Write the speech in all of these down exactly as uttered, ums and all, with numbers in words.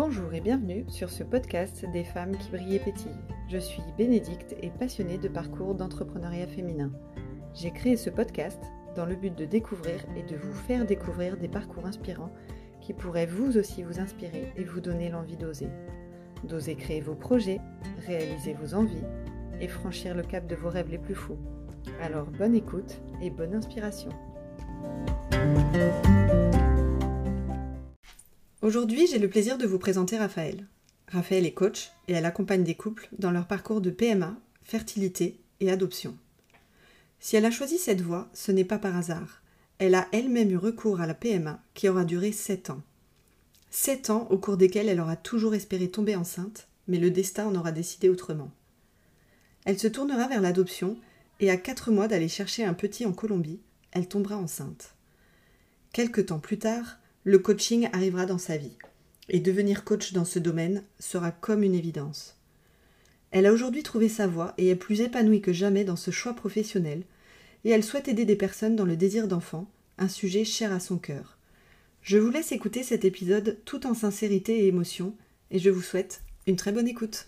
Bonjour et bienvenue sur ce podcast des femmes qui brillent et pétillent. Je suis Bénédicte et passionnée de parcours d'entrepreneuriat féminin. J'ai créé ce podcast dans le but de découvrir et de vous faire découvrir des parcours inspirants qui pourraient vous aussi vous inspirer et vous donner l'envie d'oser. D'oser créer vos projets, réaliser vos envies et franchir le cap de vos rêves les plus fous. Alors bonne écoute et bonne inspiration. Aujourd'hui, j'ai le plaisir de vous présenter Raphaëlle. Raphaëlle est coach et elle accompagne des couples dans leur parcours de P M A, fertilité et adoption. Si elle a choisi cette voie, ce n'est pas par hasard. Elle a elle-même eu recours à la P M A qui aura duré sept ans. sept ans au cours desquels elle aura toujours espéré tomber enceinte, mais le destin en aura décidé autrement. Elle se tournera vers l'adoption et à quatre mois d'aller chercher un petit en Colombie, elle tombera enceinte. Quelque temps plus tard, le coaching arrivera dans sa vie, et devenir coach dans ce domaine sera comme une évidence. Elle a aujourd'hui trouvé sa voie et est plus épanouie que jamais dans ce choix professionnel, et elle souhaite aider des personnes dans le désir d'enfant, un sujet cher à son cœur. Je vous laisse écouter cet épisode tout en sincérité et émotion, et je vous souhaite une très bonne écoute.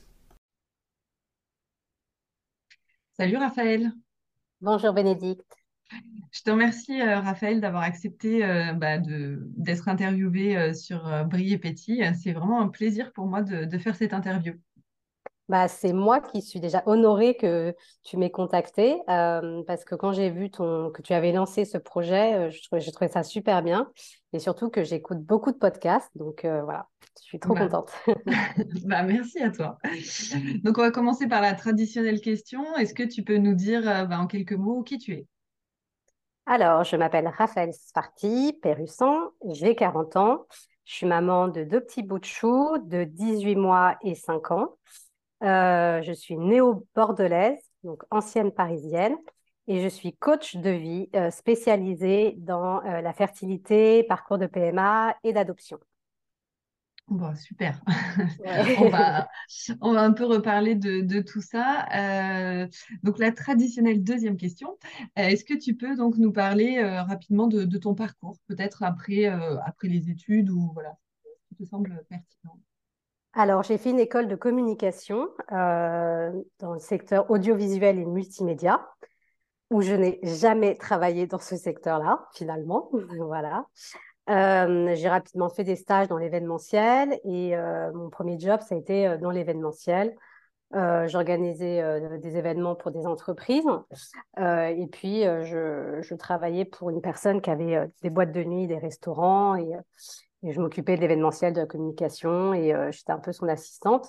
Salut Raphaël. Bonjour Bénédicte. Je te remercie, euh, Raphaël, d'avoir accepté euh, bah, de, d'être interviewée euh, sur euh, Brille et Pétille. C'est vraiment un plaisir pour moi de, de faire cette interview. Bah, c'est moi qui suis déjà honorée que tu m'aies contactée euh, parce que quand j'ai vu ton, que tu avais lancé ce projet, euh, je trouvais, j'ai trouvé ça super bien et surtout que j'écoute beaucoup de podcasts. Donc euh, voilà, je suis trop Bah, contente. bah, merci à toi. Donc, on va commencer par la traditionnelle question. Est-ce que tu peux nous dire euh, bah, en quelques mots qui tu es? Alors, je m'appelle Raphaël Sfarti, Pérussan, j'ai quarante ans. Je suis maman de deux petits bouts de chou de dix-huit mois et cinq ans. Euh, je suis néo-bordelaise, donc ancienne parisienne, et je suis coach de vie euh, spécialisée dans euh, la fertilité, parcours de P M A et d'adoption. Bon, super. On Ouais. va, on va un peu reparler de, de tout ça. Euh, donc, la traditionnelle deuxième question. Euh, est-ce que tu peux donc nous parler euh, rapidement de, de ton parcours, peut-être après, euh, après les études ou voilà, ce qui te semble pertinent? Alors, j'ai fait une école de communication euh, dans le secteur audiovisuel et multimédia, où je n'ai jamais travaillé dans ce secteur-là, finalement. Voilà. Euh, j'ai rapidement fait des stages dans l'événementiel et euh, mon premier job, ça a été euh, dans l'événementiel. Euh, j'organisais euh, des événements pour des entreprises euh, et puis euh, je, je travaillais pour une personne qui avait euh, des boîtes de nuit, des restaurants et, euh, et je m'occupais de l'événementiel, de la communication et euh, j'étais un peu son assistante.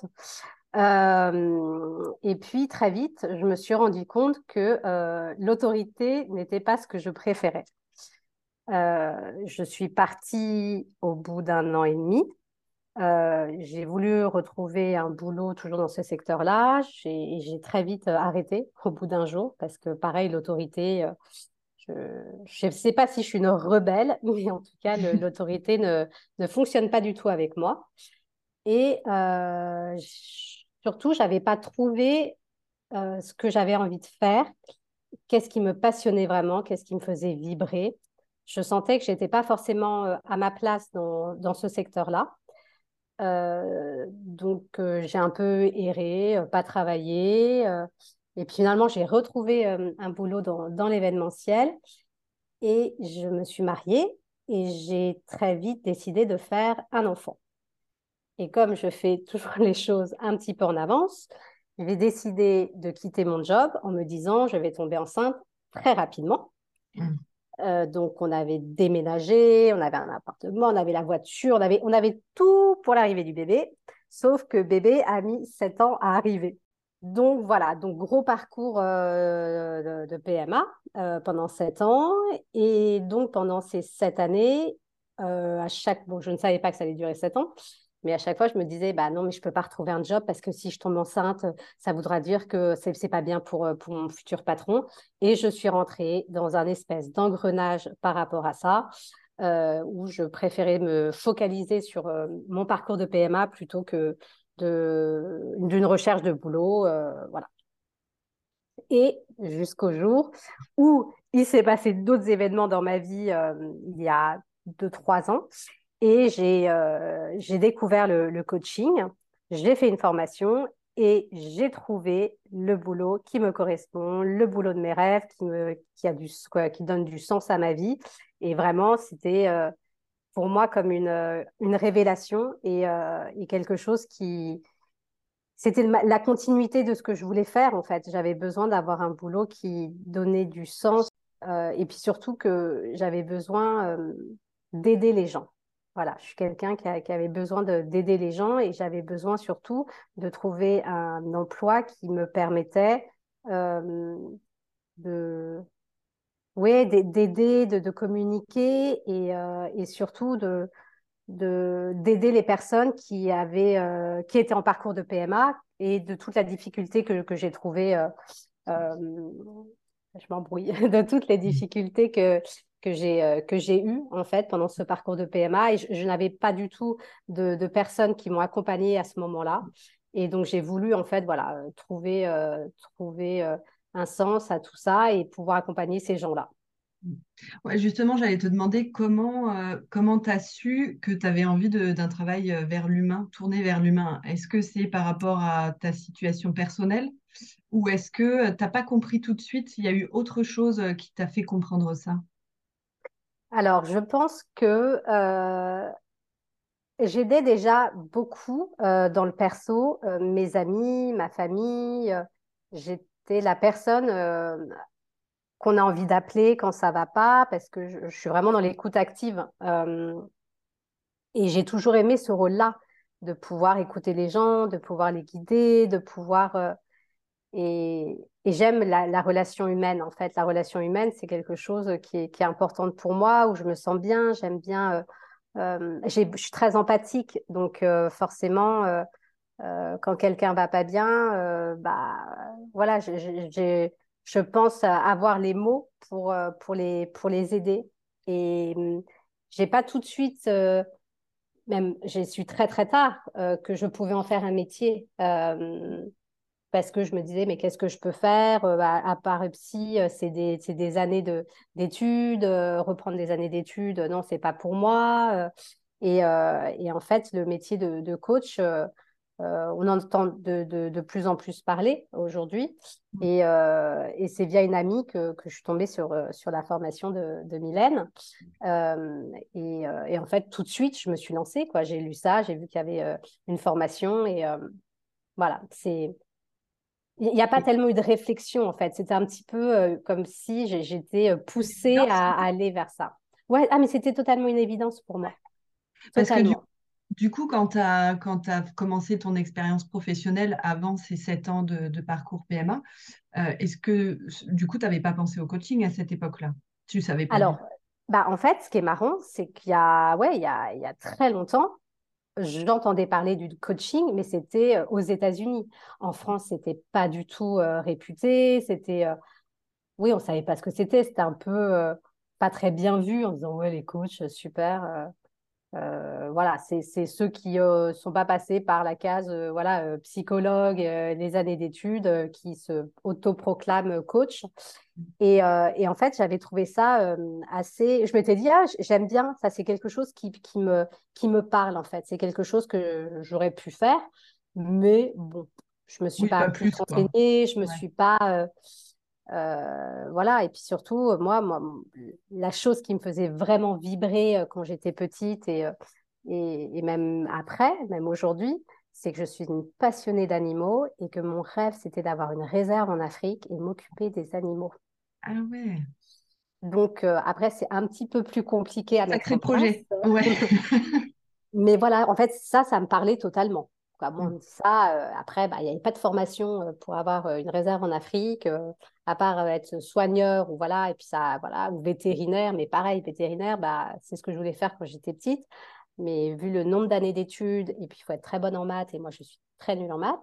Euh, et puis très vite, je me suis rendu compte que euh, l'autorité n'était pas ce que je préférais. Euh, je suis partie au bout d'un an et demi. Euh, j'ai voulu retrouver un boulot toujours dans ce secteur-là. J'ai, j'ai très vite euh, arrêté au bout d'un jour parce que, pareil, l'autorité, euh, je ne sais pas si je suis une rebelle, mais en tout cas, le- l'autorité ne, ne fonctionne pas du tout avec moi. Et euh, j- surtout, je n'avais pas trouvé euh, ce que j'avais envie de faire, qu'est-ce qui me passionnait vraiment, qu'est-ce qui me faisait vibrer. Je sentais que je n'étais pas forcément euh, à ma place dans, dans ce secteur-là. Euh, donc, euh, j'ai un peu erré, euh, pas travaillé. Euh, et puis finalement, j'ai retrouvé euh, un boulot dans, dans l'événementiel et je me suis mariée et j'ai très vite décidé de faire un enfant. Et comme je fais toujours les choses un petit peu en avance, j'ai décidé de quitter mon job en me disant je vais tomber enceinte très rapidement. Mm. Euh, donc, on avait déménagé, on avait un appartement, on avait la voiture, on avait, on avait tout pour l'arrivée du bébé, sauf que bébé a mis sept ans à arriver. Donc, voilà, donc gros parcours euh, de, de P M A euh, pendant sept ans. Et donc, pendant ces sept années, euh, à chaque... Bon, je ne savais pas que ça allait durer sept ans, mais à chaque fois, je me disais, bah non, mais je ne peux pas retrouver un job parce que si je tombe enceinte, ça voudra dire que ce n'est pas bien pour, pour mon futur patron. Et je suis rentrée dans un espèce d'engrenage par rapport à ça, euh, où je préférais me focaliser sur euh, mon parcours de P M A plutôt que de, d'une recherche de boulot. Euh, voilà. Et jusqu'au jour où il s'est passé d'autres événements dans ma vie euh, il y a deux, trois ans. Et j'ai euh, j'ai découvert le, le coaching, j'ai fait une formation et j'ai trouvé le boulot qui me correspond, le boulot de mes rêves, qui me, qui a du, quoi, qui donne du sens à ma vie. Et vraiment, c'était euh, pour moi comme une, euh, une révélation et, euh, et quelque chose qui... C'était le ma- la continuité de ce que je voulais faire, en fait. J'avais besoin d'avoir un boulot qui donnait du sens euh, et puis surtout que j'avais besoin euh, d'aider les gens. Voilà, je suis quelqu'un qui, a- qui avait besoin de- d'aider les gens et j'avais besoin surtout de trouver un emploi qui me permettait euh, de, ouais, d'a- d'aider, de, de communiquer et, euh, et surtout de, de, d'aider les personnes qui avaient, euh, qui étaient en parcours de P M A et de toute la difficulté que, que j'ai trouvée, euh, euh, je m'embrouille, de toutes les difficultés que, que j'ai, euh, que j'ai eues en fait pendant ce parcours de P M A et je, je n'avais pas du tout de, de personnes qui m'ont accompagnée à ce moment-là. Et donc j'ai voulu en fait voilà euh, trouver, euh, trouver euh, un sens à tout ça et pouvoir accompagner ces gens-là. Ouais, justement, j'allais te demander comment euh, comment tu as su que tu avais envie de- d'un travail euh, vers l'humain, tourné vers l'humain. Est-ce que c'est par rapport à ta situation personnelle ou est-ce que tu n'as pas compris tout de suite, il y a eu autre chose euh, qui t'a fait comprendre ça? Alors je pense que euh, j'aidais déjà beaucoup euh, dans le perso, euh, mes amis, ma famille. euh, j'étais la personne euh, qu'on a envie d'appeler quand ça va pas, parce que je, je suis vraiment dans l'écoute active. Euh, et j'ai toujours aimé ce rôle-là, de pouvoir écouter les gens, de pouvoir les guider, de pouvoir... euh, et et j'aime la, la relation humaine, en fait. La relation humaine, c'est quelque chose qui est, qui est importante pour moi, où je me sens bien, j'aime bien... euh, euh, j'ai- je suis très empathique, donc euh, forcément... euh, euh, quand quelqu'un va pas bien, euh, bah voilà, j'ai, j'ai- j'ai- je pense avoir les mots pour, euh, pour les, pour les aider. Et hum, j'ai pas tout de suite, euh, même j'ai su très très tard euh, que je pouvais en faire un métier. Euh, parce que je me disais, mais qu'est-ce que je peux faire euh, à, à part psy, euh, c'est des, c'est des années de, d'études, euh, reprendre des années d'études, non, c'est pas pour moi. euh, et, euh, et en fait, le métier de, de coach, euh, euh, on en entend de, de, de plus en plus parler aujourd'hui. Et, euh, et c'est via une amie que, que je suis tombée sur, euh, sur la formation de, de Mylène. Euh, et, euh, et en fait, tout de suite, je me suis lancée, quoi. J'ai lu ça, j'ai vu qu'il y avait euh, une formation et euh, voilà, c'est il n'y a pas Et tellement eu de réflexion, en fait. C'était un petit peu euh, comme si j'ai- j'étais euh, une poussée évidence, à, à aller vers ça. Ouais, ah, mais c'était totalement une évidence pour moi. parce que du, Totalement. du coup, quand tu as, quand tu commencé ton expérience professionnelle avant ces sept ans de, de parcours P M A, euh, est-ce que du coup, tu n'avais pas pensé au coaching à cette époque-là? Tu savais pas du Alors, tout. bah, en fait, ce qui est marrant, c'est qu'il y a, ouais, il y a, il y a très longtemps, j'entendais parler du coaching, mais c'était euh, aux États-Unis. En France, c'était pas du tout euh, réputé. C'était, euh, oui, on savait pas ce que c'était. C'était un peu euh, pas très bien vu en disant, ouais, les coachs, super. euh, Euh, voilà, c'est c'est ceux qui ne sont pas passés par la case euh, voilà, euh, psychologue, euh, les années d'études, euh, qui se autoproclament coach. Et, euh, et en fait, j'avais trouvé ça euh, assez. Je m'étais dit, ah, j- j'aime bien, ça, c'est quelque chose qui, qui me, qui me parle, en fait. C'est quelque chose que j'aurais pu faire, mais bon, je me suis Oui, pas pas plus plus, quoi. renseignée, je me Ouais. suis pas. euh, euh, voilà, et puis surtout, euh, moi, moi, la chose qui me faisait vraiment vibrer euh, quand j'étais petite et, euh, et, et même après, même aujourd'hui, c'est que je suis une passionnée d'animaux et que mon rêve, c'était d'avoir une réserve en Afrique et m'occuper des animaux. Ah ouais, Donc, euh, après, c'est un petit peu plus compliqué à mettre sacré en place. projet. Ouais. Mais voilà, en fait, ça, ça me parlait totalement. Quoi, moi, on me dit ça. euh, après, bah, il n'y avait pas de formation euh, pour avoir euh, une réserve en Afrique, euh, à part euh, être soigneur ou voilà, et puis ça, voilà, ou vétérinaire. Mais pareil, vétérinaire, bah, c'est ce que je voulais faire quand j'étais petite. Mais vu le nombre d'années d'études, et puis il faut être très bonne en maths, et moi, je suis très nulle en maths.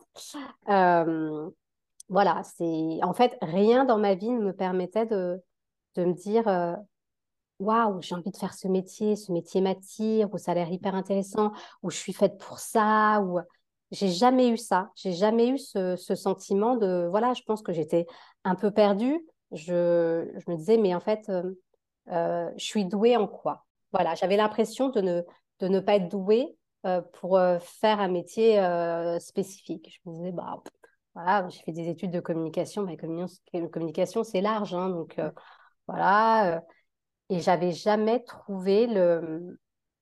euh, voilà, c'est en fait rien dans ma vie ne me permettait de, de me dire. euh, Waouh, j'ai envie de faire ce métier, ce métier m'attire, ou ça a l'air hyper intéressant, ou je suis faite pour ça, ou j'ai jamais eu ça, j'ai jamais eu ce, ce sentiment de, voilà, je pense que j'étais un peu perdue, je, je me disais, mais en fait, euh, euh, je suis douée en quoi? Voilà, j'avais l'impression de ne, de ne pas être douée euh, pour euh, faire un métier euh, spécifique. Je me disais, bah, pff, voilà, j'ai fait des études de communication, mais communication, communication c'est large, hein, donc euh, voilà. euh, et j'avais jamais trouvé le,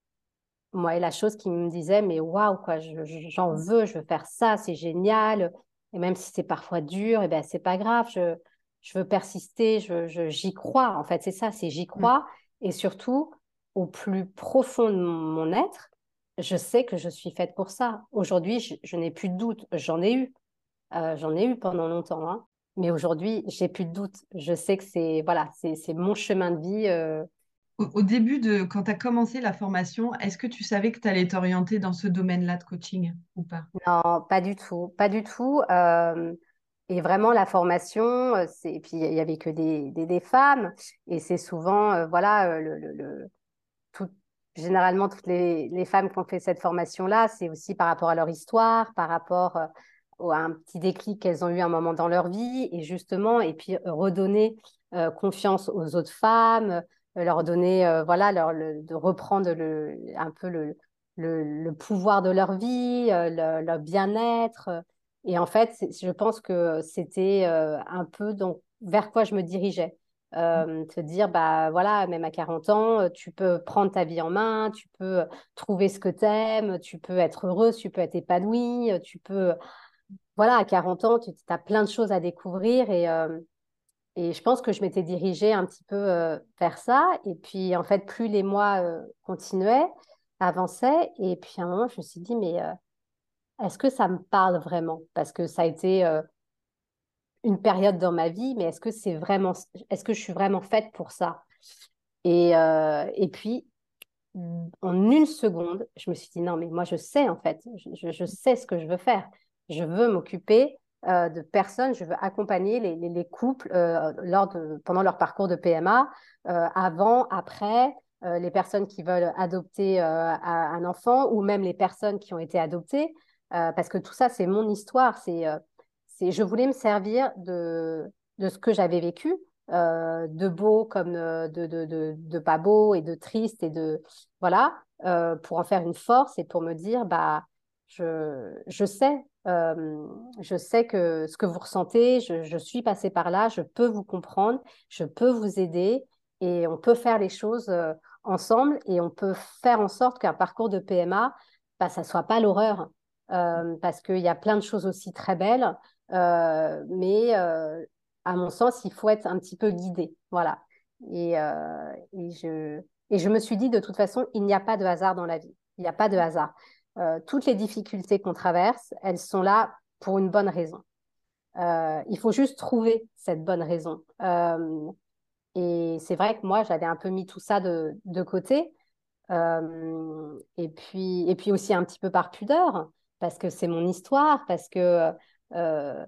moi, la chose qui me disait, mais waouh, quoi, je- je- j'en veux, je veux faire ça, c'est génial. Et même si c'est parfois dur, et ben, c'est pas grave, je, je veux persister, je, je- j'y crois. En fait, c'est ça, c'est j'y Mm. crois. Et surtout, au plus profond de mon, mon être, je sais que je suis faite pour ça. Aujourd'hui, je, je n'ai plus de doute. J'en ai eu. Euh, j'en ai eu pendant longtemps, hein. Mais aujourd'hui, j'ai plus de doute. Je sais que c'est voilà, c'est, c'est mon chemin de vie. euh, Au, au début de quand tu as commencé la formation, est-ce que tu savais que tu allais t'orienter dans ce domaine-là de coaching ou pas? Non, pas du tout, pas du tout. Euh, et vraiment, la formation, euh, c'est, et puis il y avait que des, des, des femmes, et c'est souvent, euh, voilà, euh, le, le, le- tout, généralement, toutes les, les femmes qui ont fait cette formation-là, c'est aussi par rapport à leur histoire, par rapport euh, au- à un petit déclic qu'elles ont eu un moment dans leur vie, et justement, et puis euh, redonner euh, confiance aux autres femmes, euh, leur donner, euh, voilà, leur, le- de reprendre le, un peu le, le, le pouvoir de leur vie, euh, le- leur bien-être. Et en fait, c'est- je pense que c'était euh, un peu donc, vers quoi je me dirigeais. Euh, te dire, bah voilà, même à quarante ans, euh, tu peux prendre ta vie en main, tu peux euh, trouver ce que tu aimes, tu peux être heureuse, tu peux être épanouie, euh, tu peux, voilà, à quarante ans, tu as plein de choses à découvrir et, euh, et je pense que je m'étais dirigée un petit peu euh, vers ça. Et puis, en fait, plus les mois euh, continuaient, avançaient, et puis à un moment, je me suis dit, mais euh, est-ce que ça me parle vraiment? Parce que ça a été euh, une période dans ma vie, mais est-ce que c'est vraiment, est-ce que je suis vraiment faite pour ça? Et, euh, et puis, en une seconde, je me suis dit, non, mais moi, je sais, en fait, je, je- je sais ce que je veux faire. Je veux m'occuper euh, de personnes, je veux accompagner les, les- les couples euh, lors de, pendant leur parcours de P M A, euh, avant, après, euh, les personnes qui veulent adopter euh, un un enfant ou même les personnes qui ont été adoptées, euh, parce que tout ça, c'est mon histoire. C'est, euh, c'est, je voulais me servir de, de ce que j'avais vécu, euh, de beau comme euh, de, de, de, de pas beau et de triste et de voilà, euh, pour en faire une force et pour me dire, bah, je, je sais, euh, je sais que ce que vous ressentez, je, je suis passée par là, je peux vous comprendre, je peux vous aider et on peut faire les choses euh, ensemble et on peut faire en sorte qu'un parcours de P M A, bah, ça soit pas l'horreur. Euh, parce qu'il y a plein de choses aussi très belles, euh, mais euh, à mon sens, il faut être un petit peu guidé. Voilà. Et, euh, et je, et je me suis dit, de toute façon, il n'y a pas de hasard dans la vie. Il n'y a pas de hasard. Euh, toutes les difficultés qu'on traverse, elles sont là pour une bonne raison. Euh, il faut juste trouver cette bonne raison. Euh, et c'est vrai que moi, j'avais un peu mis tout ça de, de côté. Euh, et puis, et puis aussi un petit peu par pudeur, parce que c'est mon histoire, parce que euh,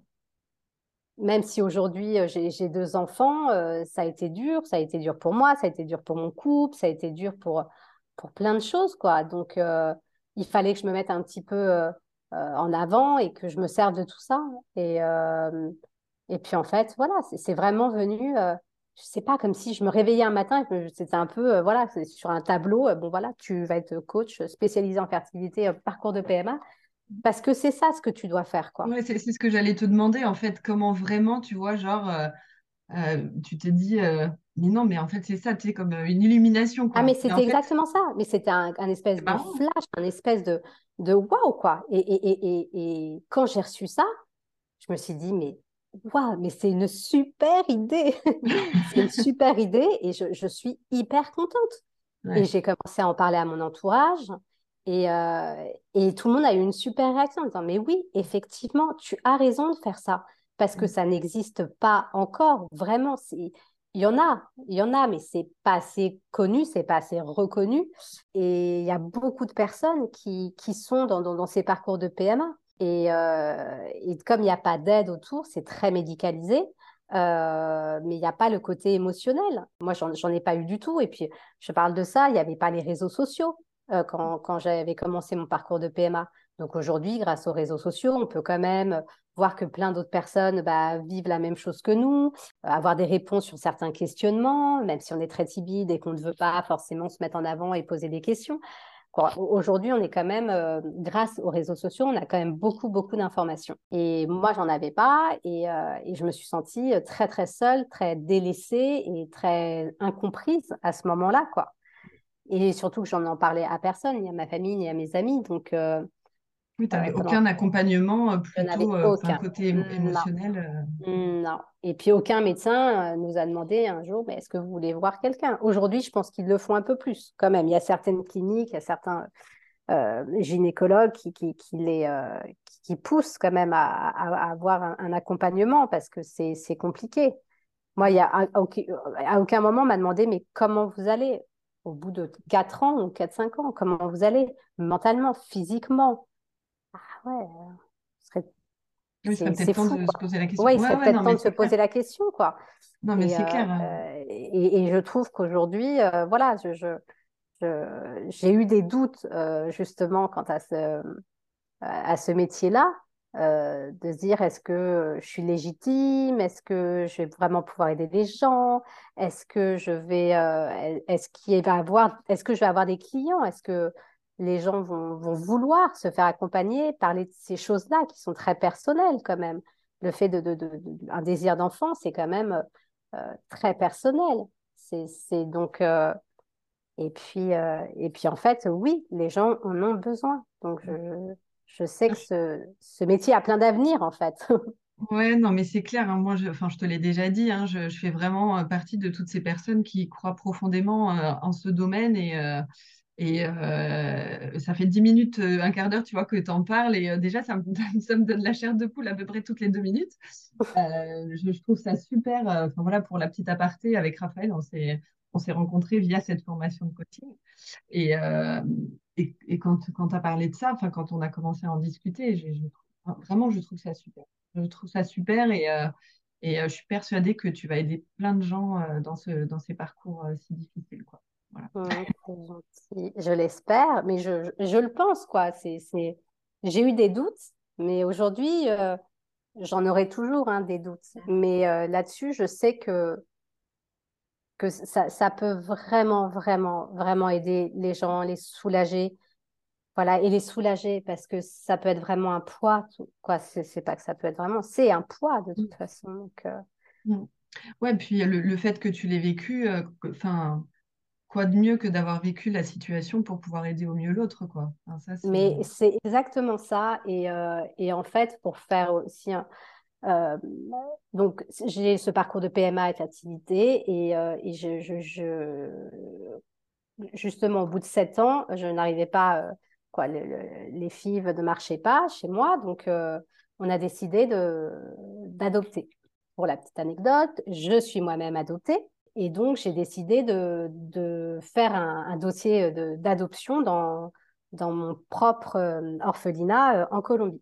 même si aujourd'hui euh, j'ai, j'ai deux enfants, euh, ça a été dur, ça a été dur pour moi, ça a été dur pour mon couple, ça a été dur pour, pour plein de choses, quoi. Donc, euh, il fallait que je me mette un petit peu euh, euh, en avant et que je me serve de tout ça. Et, euh, et puis, en fait, voilà, c'est c'est vraiment venu, euh, je sais pas, comme si je me réveillais un matin, et que c'était un peu, euh, voilà, c'est sur un tableau, euh, bon, voilà, tu vas être coach spécialisé en fertilité, euh, parcours de P M A, parce que c'est ça ce que tu dois faire, quoi. Ouais, c'est c'est ce que j'allais te demander, en fait, comment vraiment, tu vois, genre, euh, euh, tu t'es dit, euh, mais non, mais en fait, c'est ça, tu sais, comme euh, une illumination, Ah, mais quoi. Mais en c'était fait, exactement ça. Mais c'était un, un espèce c'est de marrant. flash, un espèce de, de waouh, quoi. Et, et, et, et, et quand j'ai reçu ça, je me suis dit, mais waouh, mais c'est une super idée. C'est une super idée et je, je suis hyper contente. Et Ouais. j'ai commencé à en parler à mon entourage et, euh, et tout le monde a eu une super réaction en disant, mais oui, effectivement, tu as raison de faire ça parce que ça n'existe pas encore. Vraiment, c'est... il y en a, il y en a, mais c'est pas assez connu, c'est pas assez reconnu. Et il y a beaucoup de personnes qui, qui sont dans, dans, dans ces parcours de P M A. Et, euh, et comme il n'y a pas d'aide autour, c'est très médicalisé. Euh, mais il n'y a pas le côté émotionnel. Moi, j'en, j'en ai pas eu du tout. Et puis, je parle de ça, il n'y avait pas les réseaux sociaux euh, quand, quand j'avais commencé mon parcours de P M A. Donc aujourd'hui, grâce aux réseaux sociaux, on peut quand même voir que plein d'autres personnes bah, vivent la même chose que nous, euh, avoir des réponses sur certains questionnements, même si on est très timide et qu'on ne veut pas forcément se mettre en avant et poser des questions. quoi. Aujourd'hui, on est quand même, euh, grâce aux réseaux sociaux, on a quand même beaucoup, beaucoup d'informations. Et moi, j'en avais pas et, euh, et je me suis sentie très, très seule, très délaissée et très incomprise à ce moment-là, quoi. Et surtout que j'en en parlais à personne, ni à ma famille, ni à mes amis. Donc, euh, Oui, tu euh, n'avais pendant, aucun accompagnement euh, je n'avais plutôt, euh, enfin, aucun. côté émo- Non. émotionnel. euh. Non. Et puis aucun médecin euh, nous a demandé un jour, mais est-ce que vous voulez voir quelqu'un? Aujourd'hui, je pense qu'ils le font un peu plus quand même. Il y a certaines cliniques, il y a certains euh, gynécologues qui, qui, qui les, euh, qui, qui poussent quand même à, à- à avoir un, un accompagnement parce que c'est, c'est compliqué. Moi, il y a, à, aucun à aucun moment, on m'a demandé, mais comment vous allez? Au bout de quatre ans ou quatre cinq ans, comment vous allez? Mentalement, physiquement? Ah ouais, ce serait Oui, il serait c'est peut-être c'est temps fou, de se quoi. poser la question. Ouais, il Ouais, serait ouais, peut-être non, temps mais de se c'est clair. poser la question, quoi. Non, mais Et, c'est euh, clair. euh. euh, et, et je trouve qu'aujourd'hui, euh, voilà, je, je, je- j'ai eu des doutes euh, justement quant à ce, à ce métier-là, euh, de se dire est-ce que je suis légitime, est-ce que je vais vraiment pouvoir aider les gens, est-ce que je vais, euh, est-ce qu'il va avoir, est-ce que je vais avoir des clients, est-ce que les gens vont, vont vouloir se faire accompagner, parler de ces choses-là qui sont très personnelles quand même. Le fait de, de, de, de- un désir d'enfant, c'est quand même euh, très personnel. C'est, c'est donc euh, et puis, euh, et puis, en fait, oui, les gens en ont besoin. Donc, je, je sais que ce, ce métier a plein d'avenir, en fait. Ouais, non, mais c'est clair, hein. Moi, je, enfin, je te l'ai déjà dit, hein, je, je fais vraiment euh, partie de toutes ces personnes qui croient profondément euh, en ce domaine et, euh, et euh, ça fait dix minutes, euh, un quart d'heure, tu vois, que tu en parles et euh, déjà, ça me, donne- ça me donne la chair de poule à peu près toutes les deux minutes. Euh, je, je trouve ça super. euh, Enfin, voilà, pour la petite aparté, avec Raphaël, on s'est, on s'est rencontrés via cette formation de coaching. Et, euh, et, et quand, quand tu as parlé de ça, enfin, quand on a commencé à en discuter, je, je trouve- vraiment, je trouve ça super. Je trouve ça super et, euh, et euh, je suis persuadée que tu vas aider plein de gens euh, dans ce, dans ces parcours euh, si difficiles, quoi. Voilà. Hum, c'est gentil. Je l'espère, mais je, je, je le pense, quoi. C'est, c'est... J'ai eu des doutes, mais aujourd'hui, euh, j'en aurai toujours hein, des doutes. Mais euh, là-dessus, je sais que, que ça, ça peut vraiment, vraiment, vraiment aider les gens, les soulager. Voilà, et les soulager parce que ça peut être vraiment un poids, tout- quoi. C'est c'est pas que ça peut être vraiment, c'est un poids de toute façon. Donc, euh, Mm. Ouais, puis le, le fait que tu l'aies vécu, euh, que- enfin, quoi de mieux que d'avoir vécu la situation pour pouvoir aider au mieux l'autre, quoi. Enfin, ça, c'est. mais c'est exactement ça. Et, euh, et en fait, pour faire aussi un, euh, donc j'ai ce parcours de P M A et fertilité et, euh, et je, je, je- justement au bout de sept ans, je n'arrivais pas, euh, quoi, le- le- les fives ne marchaient pas chez moi, donc euh, on a décidé de d'adopter. Pour la petite anecdote, je suis moi-même adoptée et donc j'ai décidé de, de faire un, un dossier de- d'adoption dans, dans mon propre euh, orphelinat euh, en Colombie.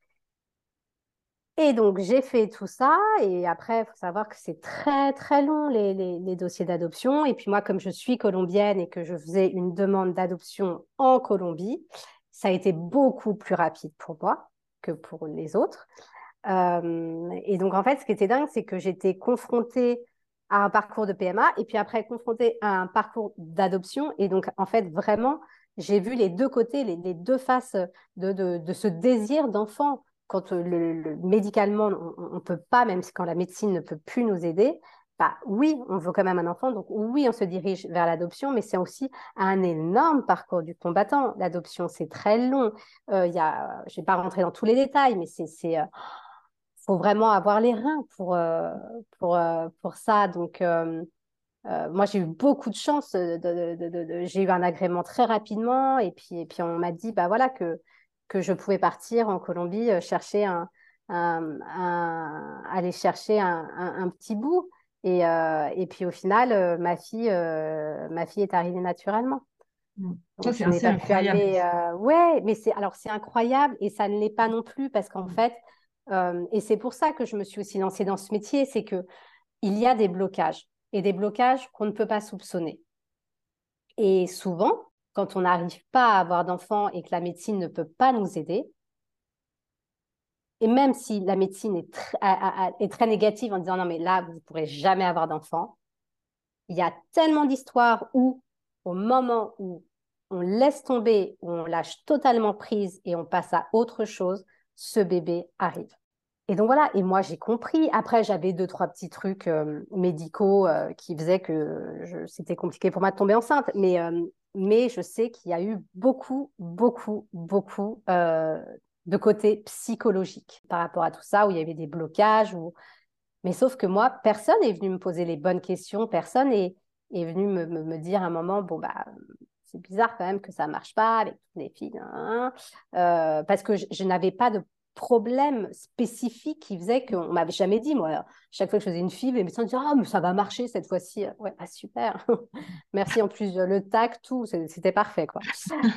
Et donc, j'ai fait tout ça. Et après, il faut savoir que c'est très, très long, les, les, les dossiers d'adoption. Et puis moi, comme je suis colombienne et que je faisais une demande d'adoption en Colombie, ça a été beaucoup plus rapide pour moi que pour les autres. Euh, et donc, en fait, ce qui était dingue, c'est que j'étais confrontée à un parcours de P M A et puis après confrontée à un parcours d'adoption. Et donc, en fait, vraiment, j'ai vu les deux côtés, les, les deux faces de, de, de ce désir d'enfant. Quand euh, le, le- médicalement, on ne peut pas, même si quand la médecine ne peut plus nous aider, bah oui, on veut quand même un enfant. Donc oui, on se dirige vers l'adoption, mais c'est aussi un énorme parcours du combattant. L'adoption, c'est très long. Euh, il y a, je ne vais pas rentrer dans tous les détails, mais c'est, c'est, euh, faut vraiment avoir les reins pour, euh, pour, euh, pour ça. Donc, euh, euh, moi, j'ai eu beaucoup de chance. De, de- de- de- de- j'ai eu un agrément très rapidement. Et puis, et puis on m'a dit bah, voilà, que, que je pouvais partir en Colombie euh, chercher un, un- un- aller chercher un, un- un petit bout. Et, euh, et puis, au final, euh, ma fille, euh, ma fille est arrivée naturellement. Mm. Ça, Donc, c'est je n'ai assez pas pu incroyable. aller. euh, Ouais, mais c'est alors c'est incroyable et ça ne l'est pas non plus parce qu'en Mm. fait, euh, et c'est pour ça que je me suis aussi lancée dans ce métier, c'est que il y a des blocages et des blocages qu'on ne peut pas soupçonner. Et souvent, quand on n'arrive pas à avoir d'enfants et que la médecine ne peut pas nous aider, et même si la médecine est, tr- a- a- a- est très négative en disant non mais là vous ne pourrez jamais avoir d'enfants, il y a tellement d'histoires où au moment où on laisse tomber, ou on lâche totalement prise et on passe à autre chose, ce bébé arrive. Et donc voilà, et moi j'ai compris. Après, j'avais deux, trois petits trucs euh, médicaux euh, qui faisaient que je, c'était compliqué pour moi de tomber enceinte. Mais, euh, mais je sais qu'il y a eu beaucoup, beaucoup, beaucoup euh, de côté psychologique par rapport à tout ça, où il y avait des blocages. Où... Mais sauf que moi, personne n'est venu me poser les bonnes questions, personne est, est venu me, me, me dire à un moment, bon, bah, c'est bizarre quand même que ça ne marche pas avec toutes les filles. Hein, euh, parce que je, je n'avais pas de problème spécifique qui faisait qu'on ne m'avait jamais dit, moi. Chaque fois que je faisais une fille, les médecins disaient, ah, mais ça va marcher cette fois-ci. Ouais, ah, super. Merci en plus, le tac, tout, c'était parfait, quoi.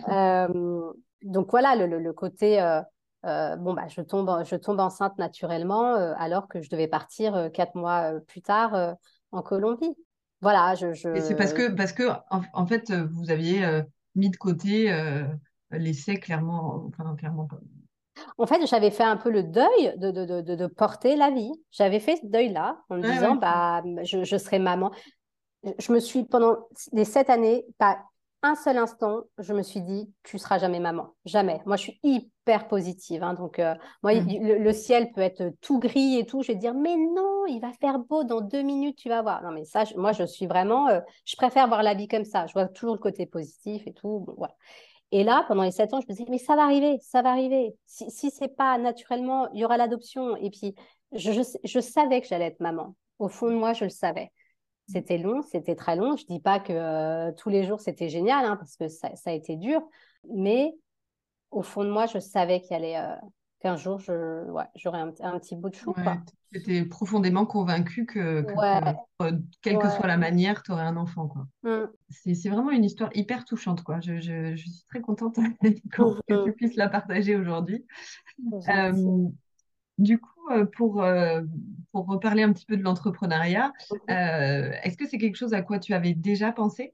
euh, donc voilà, le, le, le côté, euh, euh, bon, bah, je tombe, je tombe enceinte naturellement, euh, alors que je devais partir euh, quatre mois euh, plus tard euh, en Colombie. Voilà, je, Et c'est parce je, que, parce que en, en fait, euh, vous aviez euh, mis de côté euh, l'essai clairement, enfin, clairement pas. En fait, j'avais fait un peu le deuil de, de, de, de porter la vie. J'avais fait ce deuil-là en me Ouais, disant, ouais. bah, je, je serai maman. Je me suis, pendant les sept années, pas un seul instant, je me suis dit, tu seras jamais maman. Jamais. Moi, je suis hyper positive. Hein, donc, euh, moi, Mm. le, le ciel peut être tout gris et tout. Je vais dire, mais non, il va faire beau dans deux minutes, tu vas voir. Non, mais ça, je- moi, je suis vraiment, euh, je préfère voir la vie comme ça. Je vois toujours le côté positif et tout. Bon, voilà. Et là, pendant les sept ans, je me disais, mais ça va arriver, ça va arriver. Si, si ce n'est pas naturellement, il y aura l'adoption. Et puis, je, je, je savais que j'allais être maman. Au fond de moi, je le savais. C'était long, c'était très long. Je ne dis pas que euh, tous les jours, c'était génial, hein, parce que ça, ça a été dur. Mais au fond de moi, je savais qu'il y allait, euh, qu'un jour, je, ouais, j'aurais un, un petit bout de chou, Ouais, quoi. tu étais profondément convaincu que, que, Ouais, que, euh, quelle que soit ouais. la manière, tu aurais un enfant, quoi. Mm. C'est, c'est vraiment une histoire hyper touchante, quoi. Je, je, je suis très contente qu'on- que tu Mhm. puisses la partager aujourd'hui. C'est gentil. Euh, du coup, euh, pour, euh, pour reparler un petit peu de l'entrepreneuriat, Mhm. euh, est-ce que c'est quelque chose à quoi tu avais déjà pensé?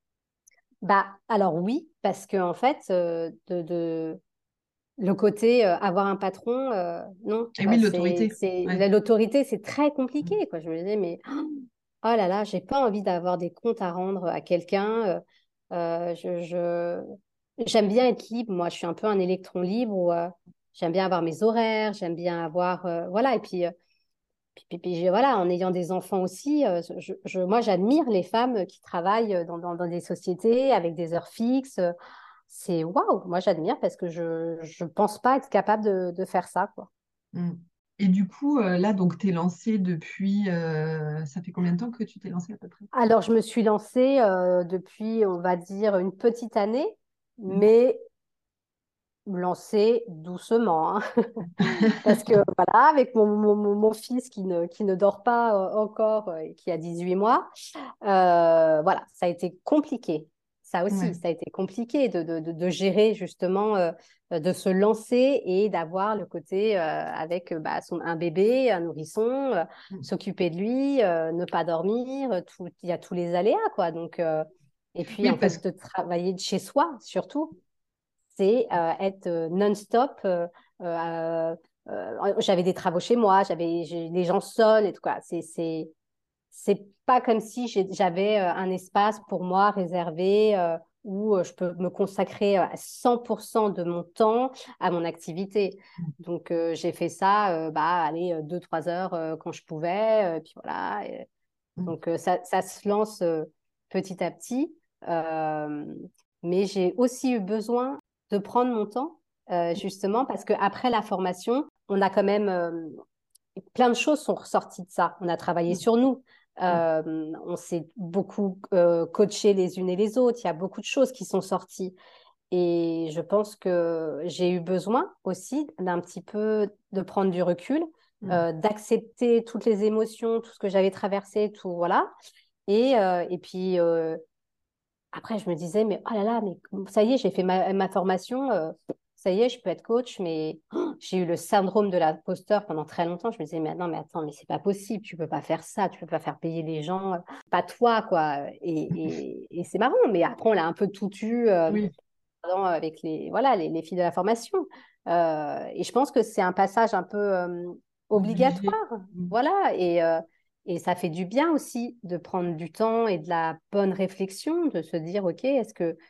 Bah, alors oui, parce que en fait, euh, de, de, le côté euh, avoir un patron, euh, non, Et bah, oui, c'est, l'autorité. c'est, Ouais. la- l'autorité, c'est très compliqué, quoi. Je me disais, mais oh là là, j'ai pas envie d'avoir des comptes à rendre à quelqu'un. euh, euh, je, je- J'aime bien être libre, moi, je suis un peu un électron libre où, euh, j'aime bien avoir mes horaires, j'aime bien avoir, euh, voilà, et puis, euh, puis, puis- puis, je- voilà, en ayant des enfants aussi, euh, je, je- moi, j'admire les femmes qui travaillent dans, dans, dans des sociétés avec des heures fixes. C'est waouh, moi j'admire parce que je je pense pas être capable de, de faire ça, quoi. Mm. Et du coup, euh, là, donc, t'es lancée depuis... euh, ça fait combien de temps que tu t'es lancée à peu près? Alors je me suis lancée euh, depuis, on va dire, une petite année, Mhm. mais me lancer doucement, hein. Parce que voilà, avec mon, mon, mon- mon fils qui ne, qui ne dort pas euh, encore euh, et qui a dix-huit mois, euh, voilà, ça a été compliqué. Ça aussi, Ouais. ça a été compliqué de, de, de, de gérer justement, euh, de se lancer et d'avoir le côté euh, avec euh, bah, son, un bébé, un nourrisson, euh, Mm. s'occuper de lui, euh, ne pas dormir, euh, tout, il y a tous les aléas, quoi. Donc, euh, et puis Oui, en parce fait, de travailler de chez soi, surtout c'est euh, être euh, non-stop. euh, euh, euh, j'avais des travaux chez moi, j'avais j'ai- les gens sonnent et tout quoi. C'est c'est c'est pas comme si j'ai- j'avais euh, un espace pour moi réservé euh, où euh, je peux me consacrer à cent pour cent de mon temps à mon activité. Donc euh, j'ai fait ça, euh, bah allez euh, deux trois heures euh, quand je pouvais, euh, puis voilà. Et Mm. donc euh, ça ça se lance euh, petit à petit. Euh, mais j'ai aussi eu besoin de prendre mon temps, euh, justement, parce qu'après la formation, on a quand même euh, plein de choses sont ressorties de ça. On a travaillé Mm. sur nous. Mm. Euh, on s'est beaucoup euh, coachés les unes et les autres. Il y a beaucoup de choses qui sont sorties. Et je pense que j'ai eu besoin aussi d'un petit peu de prendre du recul, Mm. euh, d'accepter toutes les émotions, tout ce que j'avais traversé, tout, voilà. Et, euh, et puis, euh, après, je me disais, mais oh là là, mais ça y est, j'ai fait ma, ma formation, euh, ça y est, je peux être coach, mais oh, j'ai eu le syndrome de l'imposteur pendant très longtemps. Je me disais, mais non, mais attends, mais c'est pas possible, tu peux pas faire ça, tu peux pas faire payer les gens, euh, pas toi, quoi. Et, et, et c'est marrant, mais après, on l'a un peu tout eu euh, Oui, pardon, avec les, voilà, les, les filles de la formation. Euh, et je pense que c'est un passage un peu euh, obligé. obligatoire, Mm. voilà, et, euh, et ça fait du bien aussi de prendre du temps et de la bonne réflexion, de se dire, OK, est-ce que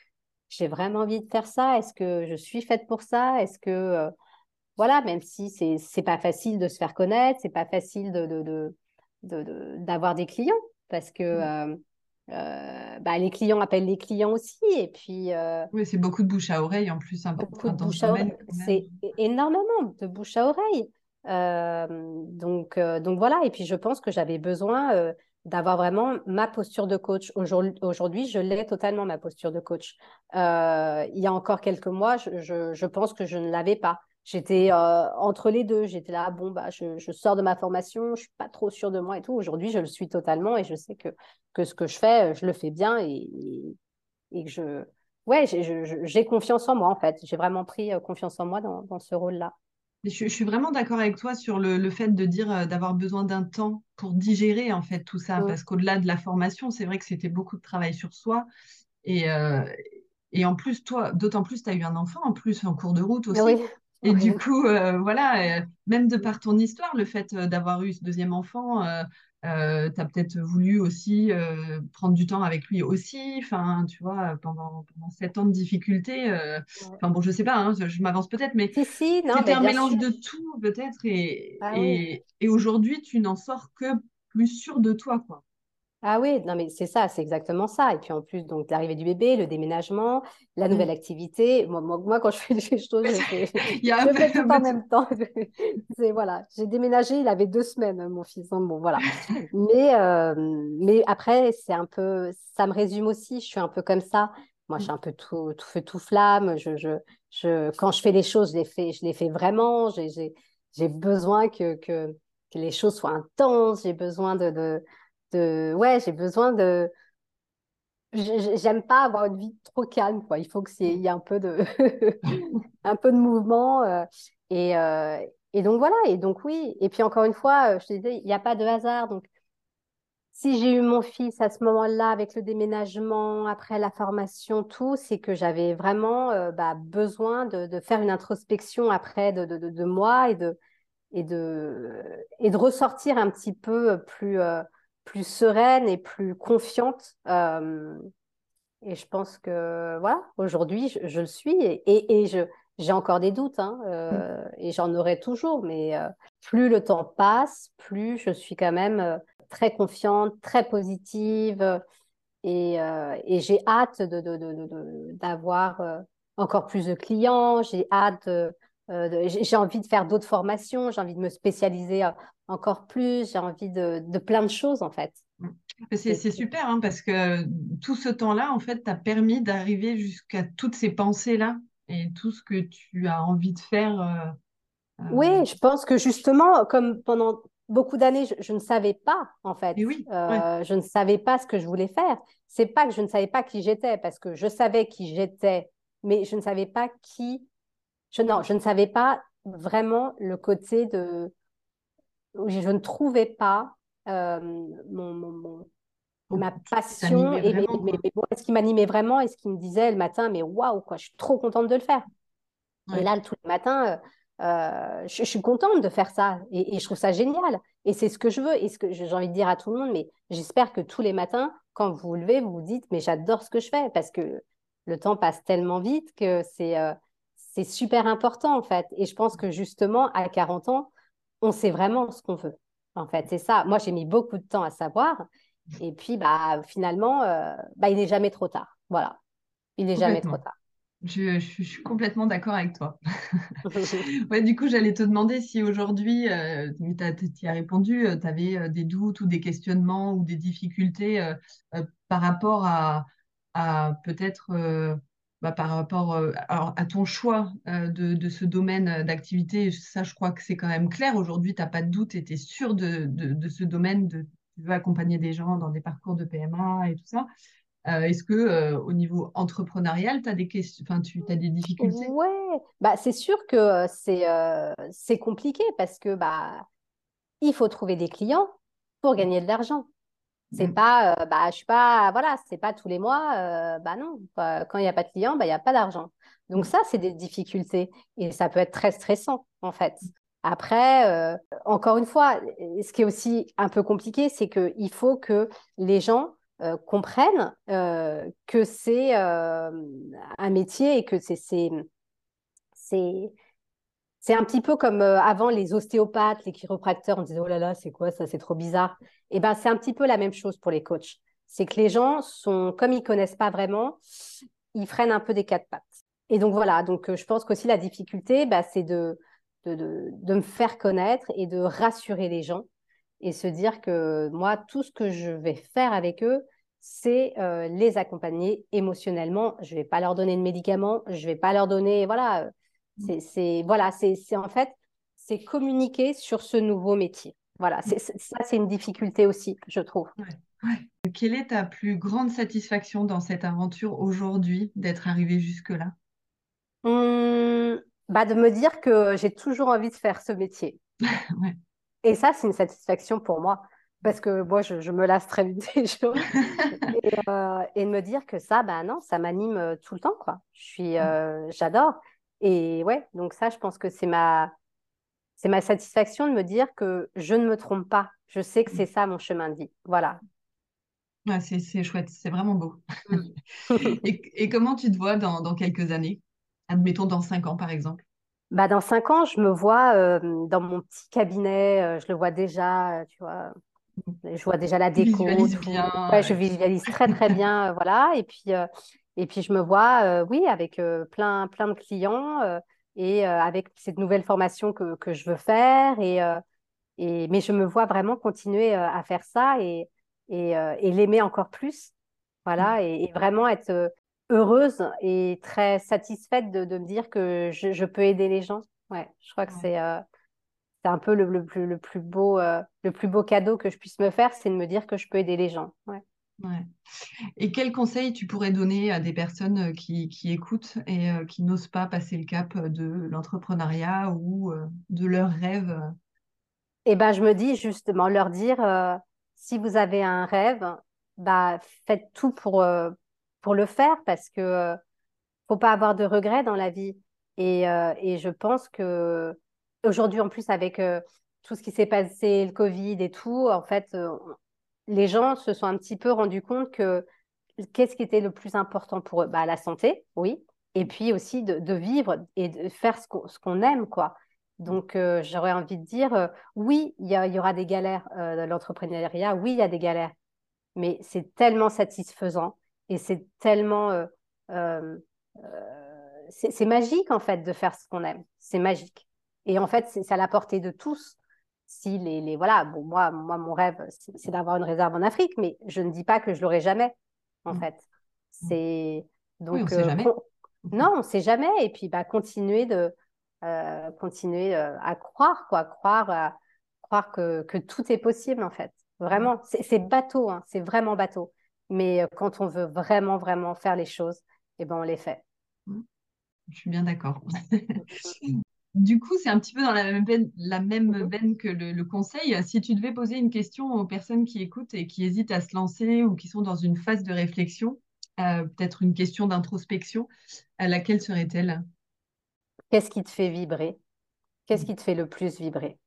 j'ai vraiment envie de faire ça? Est-ce que je suis faite pour ça? Est-ce que, euh, voilà, même si c'est, c'est pas facile de se faire connaître, c'est pas facile de, de, de, de- de- d'avoir des clients parce que euh, euh, bah, les clients appellent les clients aussi. Et puis, euh, Oui, c'est beaucoup de bouche à oreille en plus, un peu, beaucoup enfin, de dans ce bouche à oreille. domaine quand même. C'est énormément de bouche à oreille. Euh, donc, euh, donc voilà. Et puis, je pense que j'avais besoin euh, d'avoir vraiment ma posture de coach. Aujourd'hui, aujourd'hui, je l'ai totalement, ma posture de coach. Euh, il y a encore quelques mois, je, je, je pense que je ne l'avais pas. J'étais euh, entre les deux. J'étais là, bon, bah, je, je sors de ma formation, je suis pas trop sûre de moi et tout. Aujourd'hui, je le suis totalement et je sais que, que ce que je fais, je le fais bien et, et que je, ouais, j'ai je- j'ai confiance en moi, en fait. J'ai vraiment pris euh, confiance en moi dans, dans ce rôle-là. Mais Je, je suis vraiment d'accord avec toi sur le, le fait de dire euh, d'avoir besoin d'un temps pour digérer en fait tout ça, Mm. parce qu'au-delà de la formation, c'est vrai que c'était beaucoup de travail sur soi. Et, euh, et en plus, toi, d'autant plus, tu as eu un enfant en plus en cours de route aussi. Oui, Et du oui. coup, euh, voilà, euh, même de par ton histoire, le fait euh, d'avoir eu ce deuxième enfant, euh, euh, tu as peut-être voulu aussi euh, prendre du temps avec lui aussi. Enfin, tu vois, pendant, pendant sept ans de difficultés. euh, Ouais. Enfin, bon, je sais pas, hein, je, je m'avance peut-être, mais Si, si, non, c'était mais un bien mélange sûr. de tout, peut-être. Et, Ah oui. et, et aujourd'hui, tu n'en sors que plus sûr de toi, quoi. Ah oui, non, mais c'est ça, c'est exactement ça. Et puis en plus, donc l'arrivée du bébé, le déménagement, la nouvelle Mm. activité. Moi, moi, moi, quand je fais des choses, je fais, Il y a un je peu, fais tout un en peu tout. même temps. C'est, voilà, j'ai déménagé, il avait deux semaines, mon fils. Donc, bon, voilà. Mais, euh, mais après, c'est un peu, ça me résume aussi. Je suis un peu comme ça. Moi, je suis un peu tout, tout feu, tout flamme. Je, je, je, quand je fais les choses, je les fais, je les fais vraiment. J'ai, j'ai, j'ai besoin que, que, que les choses soient intenses. J'ai besoin de, de de ouais, j'ai besoin de j- j'aime pas avoir une vie trop calme quoi. Il faut que c'est il y ait un peu de un peu de mouvement euh, et euh, et donc voilà et donc oui et puis encore une fois euh, je te disais il n'y a pas de hasard donc si j'ai eu mon fils à ce moment-là avec le déménagement après la formation tout c'est que j'avais vraiment euh, bah, besoin de, de faire une introspection après de, de, de, de moi et de et de, et de ressortir un petit peu plus, euh, plus sereine et plus confiante. Euh, et je pense que, voilà, aujourd'hui, je, je le suis et, et, et je, j'ai encore des doutes, hein, euh, et j'en aurai toujours, mais euh, plus le temps passe, plus je suis quand même euh, très confiante, très positive euh, et, euh, et j'ai hâte de, de, de, de- de- d'avoir euh, encore plus de clients. J'ai hâte, de- euh, de- j'ai j'ai envie de faire d'autres formations. J'ai envie de me spécialiser euh, encore plus. J'ai envie de, de plein de choses, en fait. Mm. C'est Et c'est puis, super hein, parce que tout ce temps-là, en fait, t'a permis d'arriver jusqu'à toutes ces pensées-là et tout ce que tu as envie de faire. euh, oui, euh, je pense que justement, comme pendant beaucoup d'années, je, je ne savais pas, en fait. Et oui, ouais. Euh, je ne savais pas ce que je voulais faire. C'est pas que je ne savais pas qui j'étais, parce que je savais qui j'étais, mais je ne savais pas qui. Je, non, je ne savais pas vraiment le côté de où je ne trouvais pas euh, mon, mon- mon- Au- ma ce qui passion t'animait et mes, vraiment, mes- quoi. mes- bon, ce qui m'animait vraiment et ce qui me disait le matin, mais waouh, quoi, je suis trop contente de le faire. Et Ouais. là, tous les matins, euh, euh, je, je suis contente de faire ça et, et je trouve ça génial. Et c'est ce que je veux et ce que j'ai envie de dire à tout le monde, mais j'espère que tous les matins, quand vous vous levez, vous vous dites, mais j'adore ce que je fais parce que le temps passe tellement vite que c'est euh, c'est super important en fait. Et je pense que justement, à quarante ans, on sait vraiment ce qu'on veut. En fait, c'est ça. Moi, j'ai mis beaucoup de temps à savoir. Et puis, bah, finalement, euh, bah, il n'est jamais trop tard. Voilà, il n'est jamais trop Complètement. tard. Je, je- je suis complètement d'accord avec toi. Ouais, du coup, j'allais te demander si aujourd'hui, euh, mais t'as- t'y as répondu, tu avais des doutes ou des questionnements ou des difficultés euh, euh, par rapport à, à peut-être euh, bah, par rapport euh, alors, à ton choix euh, de, de ce domaine d'activité. Ça, je crois que c'est quand même clair. Aujourd'hui, tu n'as pas de doute et tu es sûr de, de, de ce domaine, de, tu veux accompagner des gens dans des parcours de P M A et tout ça. Euh, est-ce que euh, au niveau entrepreneurial, tu as des questions, enfin, tu as des difficultés? Ouais, bah c'est sûr que euh, c'est euh, c'est compliqué parce que bah il faut trouver des clients pour gagner de l'argent. C'est Mm. pas euh, bah je suis pas voilà, c'est pas tous les mois euh, bah non, Bah, quand il n'y a pas de clients, bah il y a pas d'argent. Donc Mm. ça c'est des difficultés et ça peut être très stressant en fait. Après euh, encore une fois, ce qui est aussi un peu compliqué, c'est que il faut que les gens euh, comprennent euh, que c'est euh, un métier et que c'est c'est c'est c'est un petit peu comme euh, avant les ostéopathes, les chiropracteurs, on disait oh là là, c'est quoi ça, c'est trop bizarre. Et ben c'est un petit peu la même chose pour les coachs. C'est que les gens sont, comme ils connaissent pas vraiment, ils freinent un peu des quatre pattes. Et donc voilà, donc euh, je pense qu'aussi la difficulté, bah, c'est de, de, de, de me faire connaître et de rassurer les gens et se dire que moi, tout ce que je vais faire avec eux, c'est euh, les accompagner émotionnellement. Je vais pas leur donner de médicaments, je vais pas leur donner, voilà, euh, c'est, c'est, voilà, c'est, c'est en fait, c'est communiquer sur ce nouveau métier. Voilà, c'est, c'est- ça, c'est une difficulté aussi, je trouve. Ouais, ouais. Quelle est ta plus grande satisfaction dans cette aventure aujourd'hui d'être arrivée jusque-là? Hum, bah, de me dire que j'ai toujours envie de faire ce métier. Ouais. Et ça, c'est une satisfaction pour moi, parce que moi, je, je me lasse très vite des choses. Et, euh, et de me dire que ça, bah non, ça m'anime euh, tout le temps, quoi. Je suis, euh, j'adore. Et ouais, donc ça, je pense que c'est ma, c'est ma satisfaction de me dire que je ne me trompe pas. Je sais que c'est ça mon chemin de vie. Voilà. Ouais, c'est c'est chouette, c'est vraiment beau. Mm. Et, et comment tu te vois dans, dans quelques années? Admettons dans cinq ans, par exemple. Bah, dans cinq ans, je me vois euh, dans mon petit cabinet, euh, je le vois déjà, euh, tu vois, je vois déjà la Tu déco, visualises tout. bien. Ouais, je euh, visualise très très bien, euh, voilà. Et puis, euh, et puis je me vois, euh, oui, avec euh, plein plein de clients euh, et euh, avec cette nouvelle formation que, que je veux faire. Et, euh, et mais je me vois vraiment continuer euh, à faire ça et et, euh, et l'aimer encore plus, voilà. Et, et vraiment être euh, heureuse et très satisfaite de, de me dire que je, je peux aider les gens. Ouais, je crois que ouais, c'est euh, c'est un peu le, le plus, le plus beau, euh, le plus beau cadeau que je puisse me faire, c'est de me dire que je peux aider les gens. Ouais. ouais. Et quels conseils tu pourrais donner à des personnes euh, qui, qui écoutent et euh, qui n'osent pas passer le cap euh, de l'entrepreneuriat ou euh, de leurs rêves? euh, Et ben, je me dis justement, leur dire, euh, si vous avez un rêve, bah, faites tout pour, euh, pour le faire parce que euh, faut pas avoir de regrets dans la vie. Et, euh, et je pense que aujourd'hui, en plus, avec euh, tout ce qui s'est passé, le Covid et tout, en fait, euh, les gens se sont un petit peu rendus compte que qu'est-ce qui était le plus important pour eux? Bah, la santé, oui. Et puis aussi de, de vivre et de faire ce qu'on ce qu'on aime, quoi. Donc, euh, j'aurais envie de dire, euh, oui, il y, a- il y aura des galères euh, dans l'entrepreneuriat, oui, il y a des galères, mais c'est tellement satisfaisant et c'est tellement... euh, euh, euh, c'est c'est magique, en fait, de faire ce qu'on aime. C'est magique. Et en fait, c'est c'est à la portée de tous. Si les, les voilà, bon, moi, moi, mon rêve, c'est c'est d'avoir une réserve en Afrique, mais je ne dis pas que je l'aurai jamais, en Mm, fait. mm. C'est Oui, on ne donc sait euh, jamais. con- non, on sait jamais. Et puis bah continuer de euh, continuer euh, à croire, quoi, croire, à- croire que, que tout est possible, en fait. Vraiment, c'est c'est bateau, hein, c'est vraiment bateau. Mais euh, quand on veut vraiment, vraiment faire les choses, eh ben on les fait. Mm, je suis bien d'accord. Du coup, c'est un petit peu dans la même veine, la même Mhm. veine que le, le conseil. Si tu devais poser une question aux personnes qui écoutent et qui hésitent à se lancer ou qui sont dans une phase de réflexion, euh, peut-être une question d'introspection, à laquelle serait-elle? Qu'est-ce qui te fait vibrer? Qu'est-ce qui te fait le plus vibrer?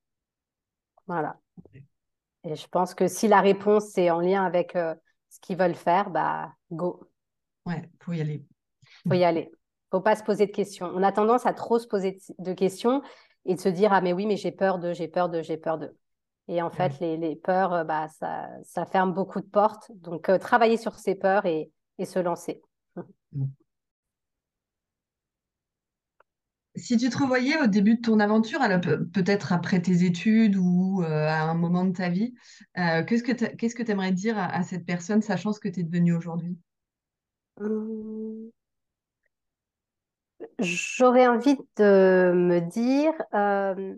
Voilà. Et je pense que si la réponse est en lien avec euh, ce qu'ils veulent faire, bah go. Ouais, faut y aller. Faut y aller. Faut pas se poser de questions. On a tendance à trop se poser de de questions et de se dire, ah mais oui, mais j'ai peur de, j'ai peur de, j'ai peur de. Et en Ah oui. fait, les, les peurs, euh, bah, ça, ça ferme beaucoup de portes. Donc, euh, travailler sur ces peurs et, et se lancer. Si tu te revoyais au début de ton aventure, alors pe- peut-être après tes études ou euh, à un moment de ta vie, euh, qu'est-ce que t'a- qu'est-ce que tu aimerais dire à, à cette personne, sachant ce que tu es devenue aujourd'hui? Hum, J'aurais envie de me dire, euh,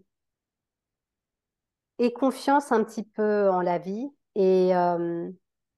aie confiance un petit peu en la vie et euh,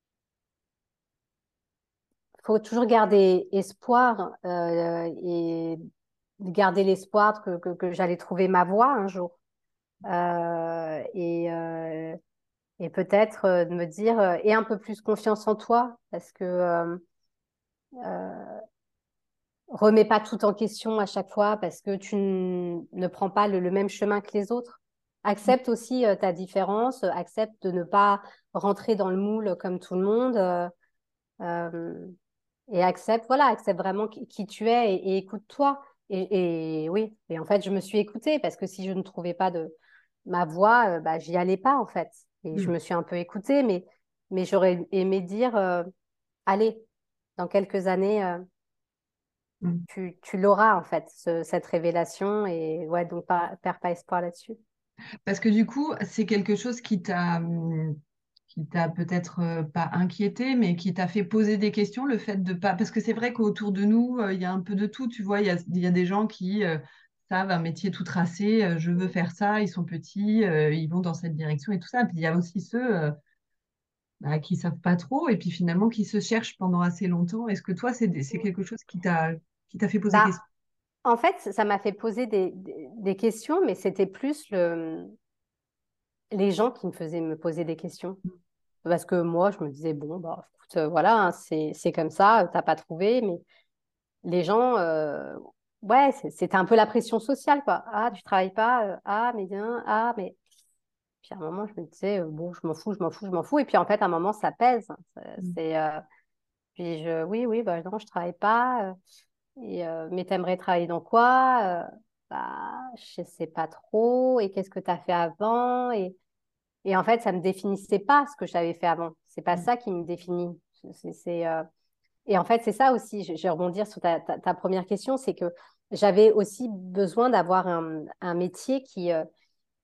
faut toujours garder espoir euh, et garder l'espoir que, que, que j'allais trouver ma voie un jour. Euh, et euh, et peut-être euh, de me dire, euh, aie un peu plus confiance en toi, parce que euh, euh, remets pas tout en question à chaque fois, parce que tu n- ne prends pas le, le même chemin que les autres. accepte aussi euh, ta différence, euh, accepte de ne pas rentrer dans le moule comme tout le monde. euh, euh, et accepte, voilà, accepte vraiment qui, qui tu es et, et écoute-toi. Et, et oui, et en fait, je me suis écoutée parce que si je ne trouvais pas de ma voix, euh, bah, j'y allais pas en fait. Et je Mm. me suis un peu écoutée, mais, mais j'aurais aimé dire, euh, allez, dans quelques années, euh, Mm. tu, tu l'auras en fait, ce- cette révélation. Et ouais, donc pas, perds pas espoir là-dessus. Parce que du coup, c'est quelque chose qui t'a hum, qui t'a peut-être euh, pas inquiété, mais qui t'a fait poser des questions, le fait de pas... Parce que c'est vrai qu'autour de nous, euh, il y a un peu de tout, tu vois, il y a, il y a des gens qui euh, savent un métier tout tracé, euh, je veux faire ça, ils sont petits, euh, ils vont dans cette direction et tout ça. Puis il y a aussi ceux euh, bah, qui savent pas trop et puis finalement qui se cherchent pendant assez longtemps. Est-ce que toi, c'est des- c'est quelque chose qui t'a qui t'a fait poser Bah, question? en fait, ça m'a fait poser des, des, des questions, mais c'était plus le, les gens qui me faisaient me poser des questions. Parce que moi, je me disais, bon, bah, écoute, euh, voilà, hein, c'est, c'est comme ça, t'as pas trouvé. Mais les gens, euh, ouais, c'est- c'était un peu la pression sociale, quoi. Ah, tu travailles pas, euh, ah, mais bien, ah, mais. Puis à un moment, je me disais, euh, bon, je m'en fous, je m'en fous, je m'en fous. Et puis en fait, à un moment, ça pèse. C'est, Mm. c'est, euh, puis je, oui, oui, bah non, je travaille pas. euh, et, euh, mais t'aimerais travailler dans quoi? Euh, bah, je sais pas trop. Et qu'est-ce que t'as fait avant? Et, et en fait, ça me définissait pas ce que j'avais fait avant. C'est pas Mm. ça qui me définit. C'est, c'est, euh, Et en fait, c'est ça aussi. Je, je vais rebondir sur ta, ta, ta première question, c'est que j'avais aussi besoin d'avoir un, un métier qui, euh,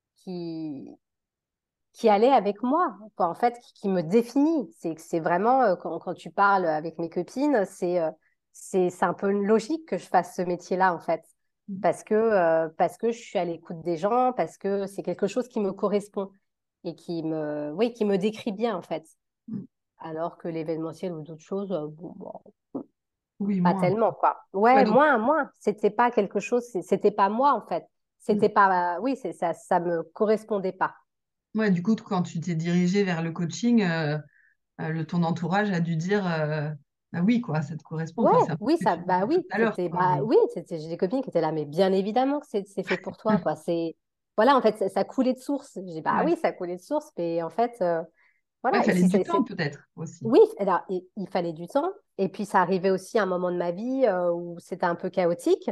qui, qui allait avec moi, quoi, en fait, qui, qui me définit. C'est que c'est vraiment, euh, quand, quand tu parles avec mes copines, c'est euh, c'est c'est un peu une logique que je fasse ce métier-là, en fait. Parce que, euh, parce que je suis à l'écoute des gens, parce que c'est quelque chose qui me correspond et qui me, oui, qui me décrit bien, en fait. Mm. Alors que l'événementiel ou d'autres choses, euh, bon, bon, Oui, pas moins. tellement, quoi. Ouais, Ouais, donc moins, moins. C'était pas quelque chose, c'est- c'était pas moi, en fait. mm. C'était pas, oui, c'est ça, ça me correspondait pas. Ouais, du coup, quand tu t'es dirigé vers le coaching, euh, euh, le, ton entourage a dû dire euh, ah oui, quoi, ça te correspond. Ouais, Enfin, c'est un peu oui, ce que ça, tu bah disais tout oui, à l'heure, c'était, quoi. bah Mais oui, c'était, j'ai des copines qui étaient là, mais bien évidemment que c'est c'est fait pour toi, quoi. C'est, voilà, en fait, ça, ça coulait de source. J'ai dit, bah ouais, oui, ça coulait de source, mais en fait, euh, ouais, il voilà, et fallait si du c'est, temps c'est- peut-être aussi. oui, alors, il, il fallait du temps, et puis ça arrivait aussi à un moment de ma vie euh, où c'était un peu chaotique,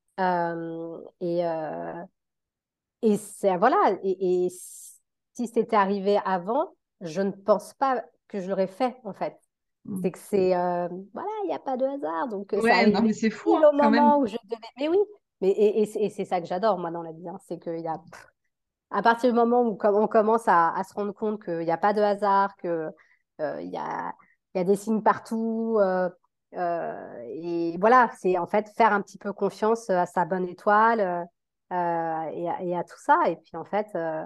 euh, et, euh, et c'est, voilà, et, et si c'était arrivé avant, je ne pense pas que je l'aurais fait, en fait. Mm. C'est que c'est, euh, voilà, il n'y a pas de hasard. Donc, euh, ça Ouais, non, arrivait mais c'est fou, pile hein, au quand même. moment où je devais. Mais oui, mais, et, et c'est et c'est ça que j'adore, moi, dans la vie. Hein. C'est qu'il y a, à partir du moment où com- on commence à, à se rendre compte qu'il n'y a pas de hasard, qu'il euh, il y a, il y a des signes partout. euh, euh, et voilà, c'est en fait faire un petit peu confiance à sa bonne étoile euh, euh, et, à, et à tout ça. Et puis, en fait, euh,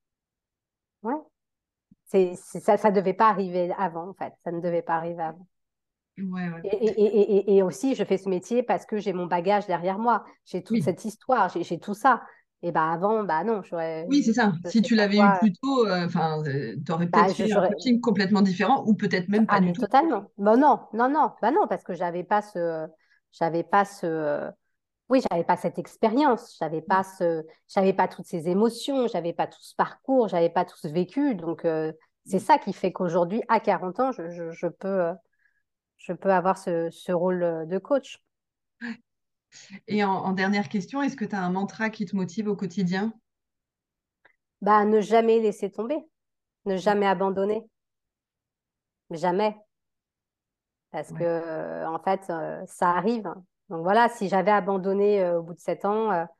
ouais, c'est, c'est- ça ne devait pas arriver avant, en fait. Ça ne devait pas arriver avant. Ouais, ouais. Et, et, et, et- et aussi, je fais ce métier parce que j'ai mon bagage derrière moi. J'ai toute Oui, cette histoire, j'ai j'ai tout ça. Et bah avant, bah non, j'aurais, oui, c'est ça. je Si sais tu pas l'avais eu quoi. plus tôt, euh, enfin, tu aurais peut-être Bah je, fait un j'aurais, coaching complètement différent ou peut-être même pas ah du mais tout. totalement. Bah non, non, non, bah non, parce que j'avais pas ce, j'avais pas ce, oui, j'avais pas cette expérience, j'avais pas ce, j'avais pas toutes ces émotions, j'avais pas tout ce parcours, j'avais pas tout ce vécu. Donc euh, c'est ça qui fait qu'aujourd'hui, à quarante ans, je, je, je peux, euh, je peux avoir ce, ce rôle euh, de coach. Et en, en dernière question, est-ce que tu as un mantra qui te motive au quotidien? Bah ne jamais laisser tomber. Ne jamais abandonner, jamais, parce que Ouais. euh, en fait, euh, ça arrive. Donc voilà, si j'avais abandonné euh, au bout de sept ans, euh,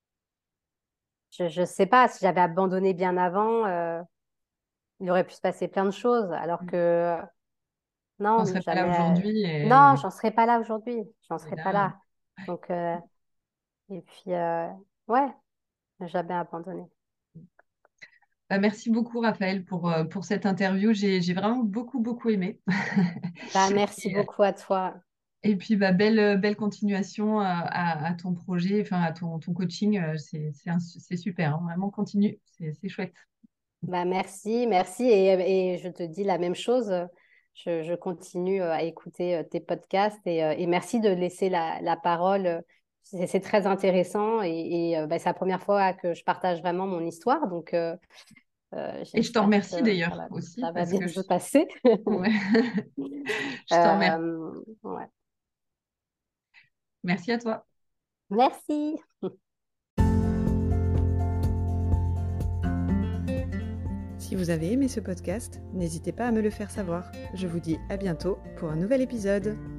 je ne sais pas, si j'avais abandonné bien avant, euh, il aurait pu se passer plein de choses. Alors Tu que euh, n'en non, ne serais pas là jamais. euh, aujourd'hui Non, et, j'en serais pas là aujourd'hui. J'en et serais pas là. là. Donc euh, et puis euh, ouais, ne jamais abandonner. Bah, merci beaucoup, Raphaël, pour, euh, pour cette interview. J'ai, j'ai vraiment beaucoup, beaucoup aimé. Bah merci Et, euh, beaucoup à toi. et puis, bah, belle, euh, belle continuation à, à- à ton projet, enfin, à ton, ton coaching. euh, C'est, c'est un- c'est super, hein. Vraiment, continue. C'est, c'est chouette. Bah merci, merci. Et, et je te dis la même chose. Je, je continue euh, à écouter euh, tes podcasts et, euh, et merci de laisser la, la parole euh, c'est, c'est très intéressant et, et, euh, bah, c'est la première fois que je partage vraiment mon histoire. Donc, euh, euh, Et je t'en j'espère remercie que ça d'ailleurs va, aussi ça va parce bien que je... se passer. Ouais. Je t'en remercie. Euh, ouais. Merci à toi. Merci. Si vous avez aimé ce podcast, n'hésitez pas à me le faire savoir. Je vous dis à bientôt pour un nouvel épisode.